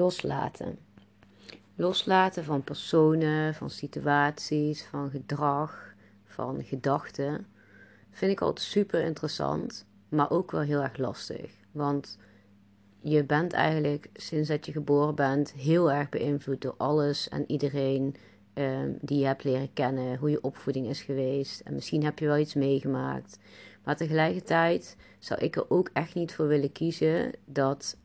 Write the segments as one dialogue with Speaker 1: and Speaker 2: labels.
Speaker 1: loslaten. Loslaten van personen, van situaties, van gedrag, van gedachten. Vind ik altijd super interessant, maar ook wel heel erg lastig. Want je bent eigenlijk sinds dat je geboren bent heel erg beïnvloed door alles en iedereen die je hebt leren kennen, hoe je opvoeding is geweest. En misschien heb je wel iets meegemaakt. Maar tegelijkertijd zou ik er ook echt niet voor willen kiezen dat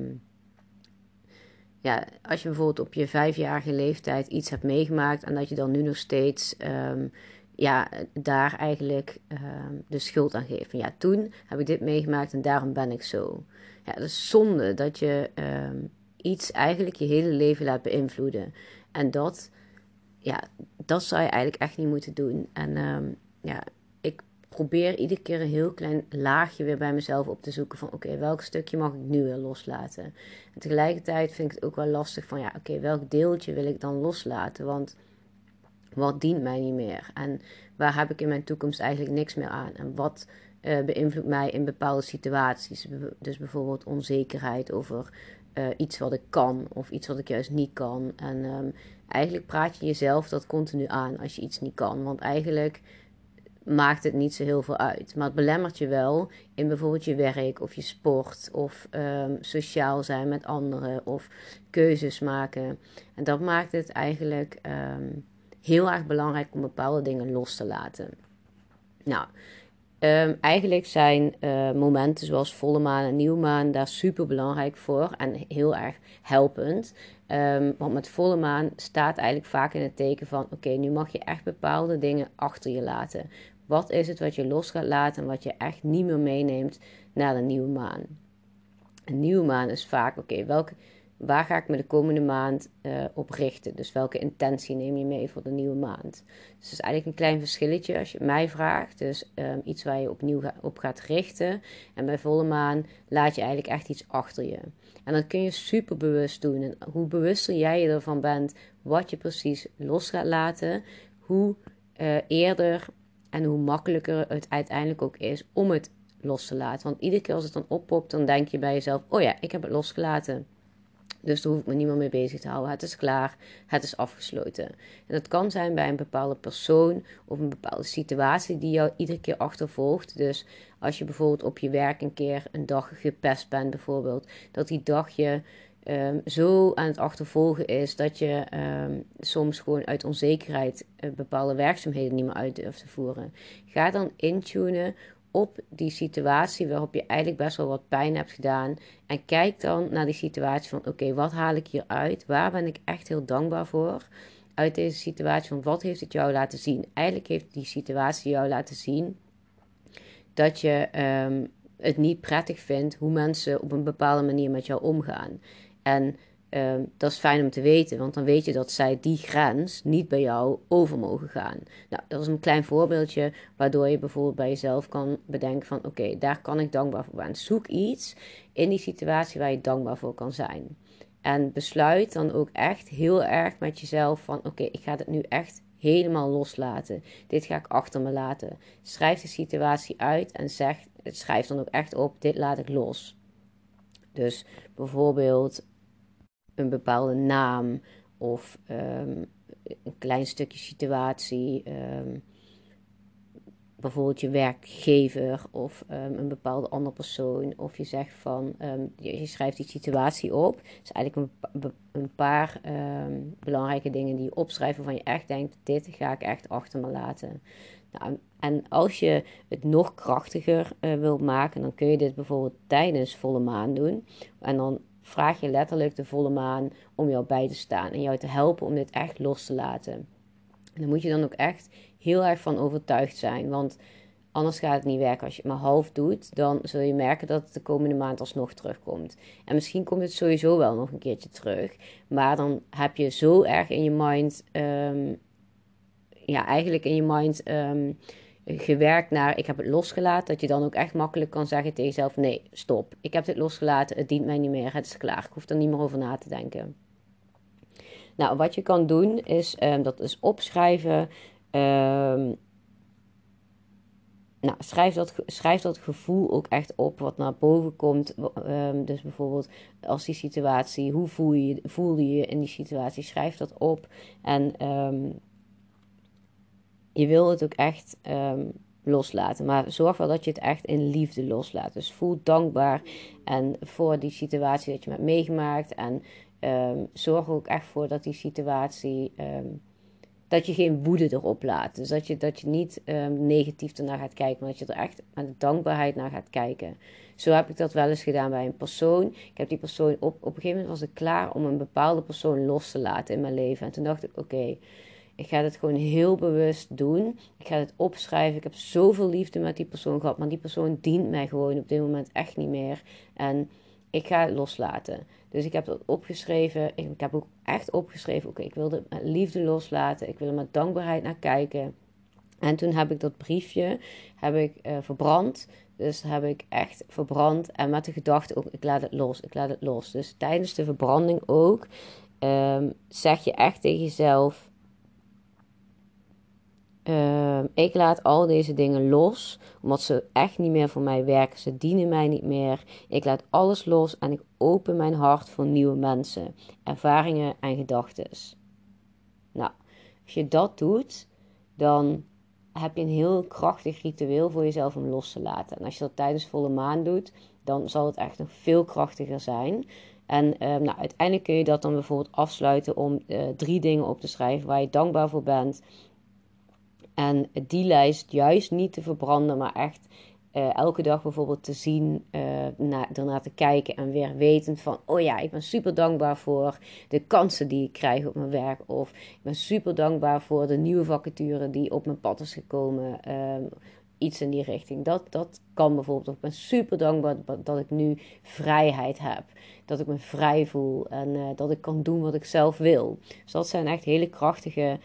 Speaker 1: als je bijvoorbeeld op je 5-jarige leeftijd iets hebt meegemaakt en dat je dan nu nog steeds daar eigenlijk de schuld aan geeft. Van ja, toen heb ik dit meegemaakt en daarom ben ik zo. Ja, dat is zonde dat je iets eigenlijk je hele leven laat beïnvloeden. En dat zou je eigenlijk echt niet moeten doen. En ik probeer iedere keer een heel klein laagje weer bij mezelf op te zoeken van oké, welk stukje mag ik nu weer loslaten? En tegelijkertijd vind ik het ook wel lastig van welk deeltje wil ik dan loslaten? Want wat dient mij niet meer? En waar heb ik in mijn toekomst eigenlijk niks meer aan? En wat beïnvloedt mij in bepaalde situaties? Dus bijvoorbeeld onzekerheid over iets wat ik kan of iets wat ik juist niet kan. En eigenlijk praat je jezelf dat continu aan als je iets niet kan. Want eigenlijk maakt het niet zo heel veel uit. Maar het belemmert je wel in bijvoorbeeld je werk of je sport of sociaal zijn met anderen of keuzes maken. En dat maakt het eigenlijk heel erg belangrijk om bepaalde dingen los te laten. Nou, eigenlijk zijn momenten zoals volle maan en nieuwe maan daar super belangrijk voor en heel erg helpend. Want met volle maan staat eigenlijk vaak in het teken van oké, nu mag je echt bepaalde dingen achter je laten. Wat is het wat je los gaat laten en wat je echt niet meer meeneemt naar de nieuwe maan? Een nieuwe maan is vaak waar ga ik me de komende maand op richten? Dus welke intentie neem je mee voor de nieuwe maand? Dus dat is eigenlijk een klein verschilletje als je het mij vraagt. Dus iets waar je opnieuw op gaat richten. En bij volle maan laat je eigenlijk echt iets achter je. En dat kun je super bewust doen. En hoe bewuster jij je ervan bent wat je precies los gaat laten, hoe eerder en hoe makkelijker het uiteindelijk ook is om het los te laten. Want iedere keer als het dan oppopt, dan denk je bij jezelf, oh ja, ik heb het losgelaten. Dus daar hoef ik me niet meer mee bezig te houden. Het is klaar, het is afgesloten. En dat kan zijn bij een bepaalde persoon of een bepaalde situatie die jou iedere keer achtervolgt. Dus als je bijvoorbeeld op je werk een keer een dag gepest bent bijvoorbeeld, dat die dag je zo aan het achtervolgen is dat je soms gewoon uit onzekerheid bepaalde werkzaamheden niet meer uit durft te voeren. Ga dan intunen op die situatie waarop je eigenlijk best wel wat pijn hebt gedaan. En kijk dan naar die situatie van oké, wat haal ik hier uit? Waar ben ik echt heel dankbaar voor? Uit deze situatie van wat heeft het jou laten zien? Eigenlijk heeft die situatie jou laten zien dat je het niet prettig vindt hoe mensen op een bepaalde manier met jou omgaan. En dat is fijn om te weten, want dan weet je dat zij die grens niet bij jou over mogen gaan. Nou, dat is een klein voorbeeldje waardoor je bijvoorbeeld bij jezelf kan bedenken van oké, daar kan ik dankbaar voor zijn. Zoek iets in die situatie waar je dankbaar voor kan zijn. En besluit dan ook echt heel erg met jezelf van oké, ik ga het nu echt helemaal loslaten. Dit ga ik achter me laten. Schrijf de situatie uit en schrijf dan ook echt op, dit laat ik los. Dus bijvoorbeeld een bepaalde naam of een klein stukje situatie. Bijvoorbeeld je werkgever of een bepaalde andere persoon. Of je zegt van, je schrijft die situatie op. Dus eigenlijk een paar belangrijke dingen die je opschrijft waarvan je echt denkt, dit ga ik echt achter me laten. Nou, en als je het nog krachtiger wilt maken, dan kun je dit bijvoorbeeld tijdens volle maan doen. En dan vraag je letterlijk de volle maan om jou bij te staan en jou te helpen om dit echt los te laten. En daar moet je dan ook echt heel erg van overtuigd zijn, want anders gaat het niet werken. Als je het maar half doet, dan zul je merken dat het de komende maand alsnog terugkomt. En misschien komt het sowieso wel nog een keertje terug, maar dan heb je zo erg in je mind, eigenlijk in je mind gewerkt naar ik heb het losgelaten, dat je dan ook echt makkelijk kan zeggen tegen jezelf, nee, stop, ik heb dit losgelaten, het dient mij niet meer, het is klaar, ik hoef er niet meer over na te denken. Nou, wat je kan doen is, dat is opschrijven, Nou, schrijf dat gevoel ook echt op wat naar boven komt. Dus bijvoorbeeld als die situatie, hoe voelde je in die situatie? Schrijf dat op. En je wil het ook echt loslaten. Maar zorg wel dat je het echt in liefde loslaat. Dus voel dankbaar en voor die situatie dat je hebt meegemaakt. En zorg er ook echt voor dat die situatie... dat je geen woede erop laat. Dus dat je niet negatief ernaar gaat kijken, maar dat je er echt met dankbaarheid naar gaat kijken. Zo heb ik dat wel eens gedaan bij een persoon. Ik heb die persoon op een gegeven moment was ik klaar om een bepaalde persoon los te laten in mijn leven. En toen dacht ik, oké, ik ga dit gewoon heel bewust doen. Ik ga het opschrijven. Ik heb zoveel liefde met die persoon gehad, maar die persoon dient mij gewoon op dit moment echt niet meer. En ik ga het loslaten. Dus ik heb dat opgeschreven. Ik heb ook echt opgeschreven, oké, ik wil het met liefde loslaten. Ik wil er met dankbaarheid naar kijken. En toen heb ik dat briefje verbrand. Dus heb ik echt verbrand. En met de gedachte ook, ik laat het los, ik laat het los. Dus tijdens de verbranding ook zeg je echt tegen jezelf... ik laat al deze dingen los, omdat ze echt niet meer voor mij werken. Ze dienen mij niet meer. Ik laat alles los en ik open mijn hart voor nieuwe mensen, ervaringen en gedachten. Nou, als je dat doet, dan heb je een heel krachtig ritueel voor jezelf om los te laten. En als je dat tijdens volle maan doet, dan zal het echt nog veel krachtiger zijn. En nou, uiteindelijk kun je dat dan bijvoorbeeld afsluiten om 3 dingen op te schrijven waar je dankbaar voor bent. En die lijst juist niet te verbranden, maar echt elke dag bijvoorbeeld te zien, ernaar te kijken en weer wetend van, oh ja, ik ben super dankbaar voor de kansen die ik krijg op mijn werk. Of ik ben super dankbaar voor de nieuwe vacature die op mijn pad is gekomen. Iets in die richting. Dat kan bijvoorbeeld. Ik ben super dankbaar dat ik nu vrijheid heb. Dat ik me vrij voel en dat ik kan doen wat ik zelf wil. Dus dat zijn echt hele krachtige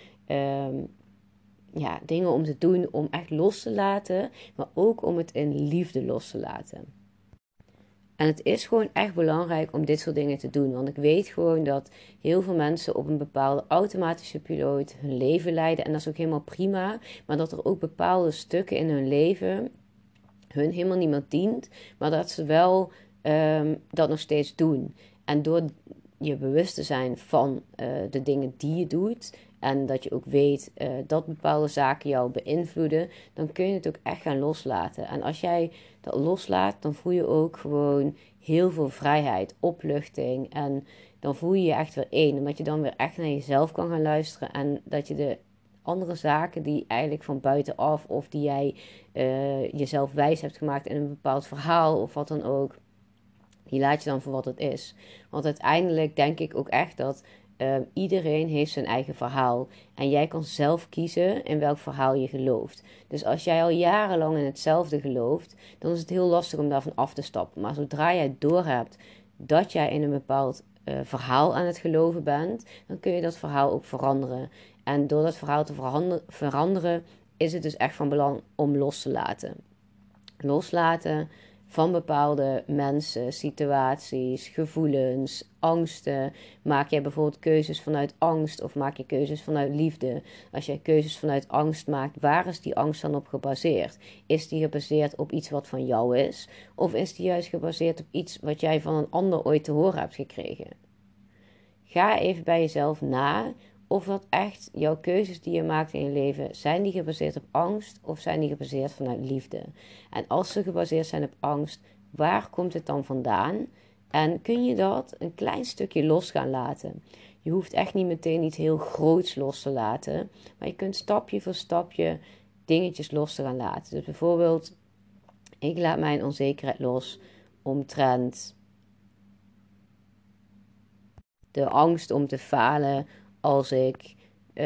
Speaker 1: dingen om te doen, om echt los te laten, maar ook om het in liefde los te laten. En het is gewoon echt belangrijk om dit soort dingen te doen, want ik weet gewoon dat heel veel mensen op een bepaalde automatische piloot hun leven leiden en dat is ook helemaal prima, maar dat er ook bepaalde stukken in hun leven hun helemaal niemand dient, maar dat ze wel dat nog steeds doen. En door je bewust te zijn van de dingen die je doet en dat je ook weet dat bepaalde zaken jou beïnvloeden, dan kun je het ook echt gaan loslaten. En als jij dat loslaat, dan voel je ook gewoon heel veel vrijheid, opluchting en dan voel je je echt weer één. Omdat je dan weer echt naar jezelf kan gaan luisteren en dat je de andere zaken die eigenlijk van buitenaf of die jij jezelf wijs hebt gemaakt in een bepaald verhaal of wat dan ook, die laat je dan voor wat het is. Want uiteindelijk denk ik ook echt dat iedereen heeft zijn eigen verhaal. En jij kan zelf kiezen in welk verhaal je gelooft. Dus als jij al jarenlang in hetzelfde gelooft, dan is het heel lastig om daarvan af te stappen. Maar zodra jij doorhebt dat jij in een bepaald verhaal aan het geloven bent, dan kun je dat verhaal ook veranderen. En door dat verhaal te veranderen, is het dus echt van belang om los te laten. Loslaten van bepaalde mensen, situaties, gevoelens, angsten. Maak jij bijvoorbeeld keuzes vanuit angst of maak je keuzes vanuit liefde? Als jij keuzes vanuit angst maakt, waar is die angst dan op gebaseerd? Is die gebaseerd op iets wat van jou is? Of is die juist gebaseerd op iets wat jij van een ander ooit te horen hebt gekregen? Ga even bij jezelf na of dat echt jouw keuzes die je maakt in je leven, zijn die gebaseerd op angst of zijn die gebaseerd vanuit liefde? En als ze gebaseerd zijn op angst, waar komt het dan vandaan? En kun je dat een klein stukje los gaan laten? Je hoeft echt niet meteen iets heel groots los te laten, maar je kunt stapje voor stapje dingetjes los te gaan laten. Dus bijvoorbeeld, ik laat mijn onzekerheid los omtrent de angst om te falen als ik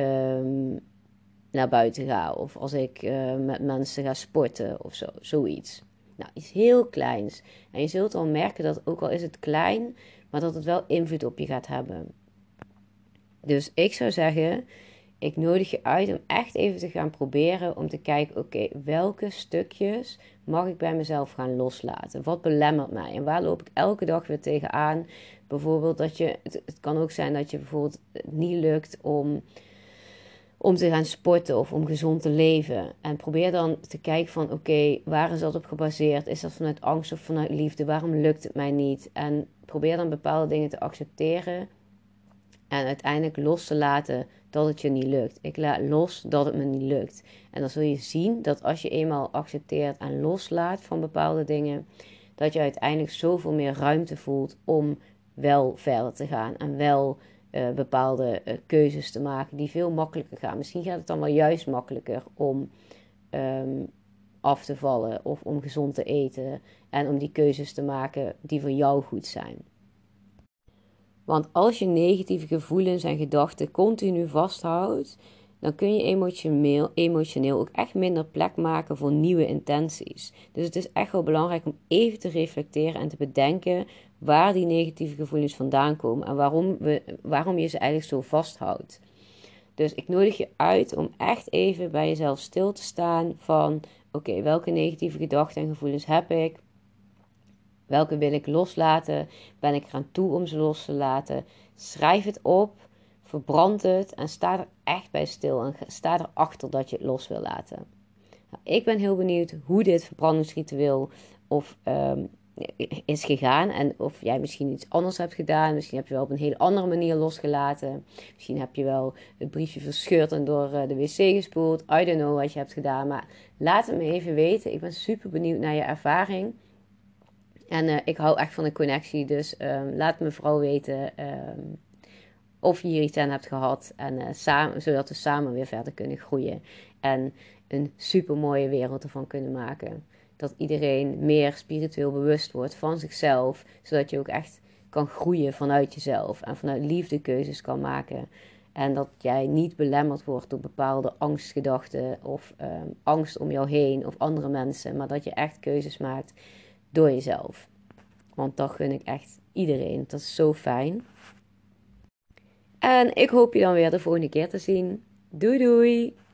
Speaker 1: naar buiten ga. Of als ik met mensen ga sporten of zo. Zoiets. Nou, iets heel kleins. En je zult al merken dat ook al is het klein, maar dat het wel invloed op je gaat hebben. Dus ik zou zeggen, ik nodig je uit om echt even te gaan proberen om te kijken, oké, welke stukjes mag ik bij mezelf gaan loslaten? Wat belemmert mij? En waar loop ik elke dag weer tegenaan? Bijvoorbeeld dat het kan ook zijn dat je bijvoorbeeld niet lukt om te gaan sporten of om gezond te leven. En probeer dan te kijken van oké, waar is dat op gebaseerd? Is dat vanuit angst of vanuit liefde? Waarom lukt het mij niet? En probeer dan bepaalde dingen te accepteren en uiteindelijk los te laten dat het je niet lukt. Ik laat los dat het me niet lukt. En dan zul je zien dat als je eenmaal accepteert en loslaat van bepaalde dingen, dat je uiteindelijk zoveel meer ruimte voelt om wel verder te gaan. En wel bepaalde keuzes te maken die veel makkelijker gaan. Misschien gaat het dan wel juist makkelijker om af te vallen of om gezond te eten. En om die keuzes te maken die voor jou goed zijn. Want als je negatieve gevoelens en gedachten continu vasthoudt, dan kun je emotioneel ook echt minder plek maken voor nieuwe intenties. Dus het is echt wel belangrijk om even te reflecteren en te bedenken waar die negatieve gevoelens vandaan komen en waarom je ze eigenlijk zo vasthoudt. Dus ik nodig je uit om echt even bij jezelf stil te staan van oké, welke negatieve gedachten en gevoelens heb ik? Welke wil ik loslaten? Ben ik eraan toe om ze los te laten? Schrijf het op, verbrand het en sta er echt bij stil. En sta erachter dat je het los wil laten. Nou, ik ben heel benieuwd hoe dit verbrandingsritueel is gegaan. En of jij misschien iets anders hebt gedaan. Misschien heb je wel op een hele andere manier losgelaten. Misschien heb je wel het briefje verscheurd en door de wc gespoeld. I don't know wat je hebt gedaan. Maar laat het me even weten. Ik ben super benieuwd naar je ervaring. En ik hou echt van een connectie, dus laat me vooral weten of je hier iets aan hebt gehad. En zodat we samen weer verder kunnen groeien. En een super mooie wereld ervan kunnen maken. Dat iedereen meer spiritueel bewust wordt van zichzelf. Zodat je ook echt kan groeien vanuit jezelf. En vanuit liefde keuzes kan maken. En dat jij niet belemmerd wordt door bepaalde angstgedachten. Of angst om jou heen of andere mensen. Maar dat je echt keuzes maakt door jezelf. Want dat gun ik echt iedereen. Dat is zo fijn. En ik hoop je dan weer de volgende keer te zien. Doei doei!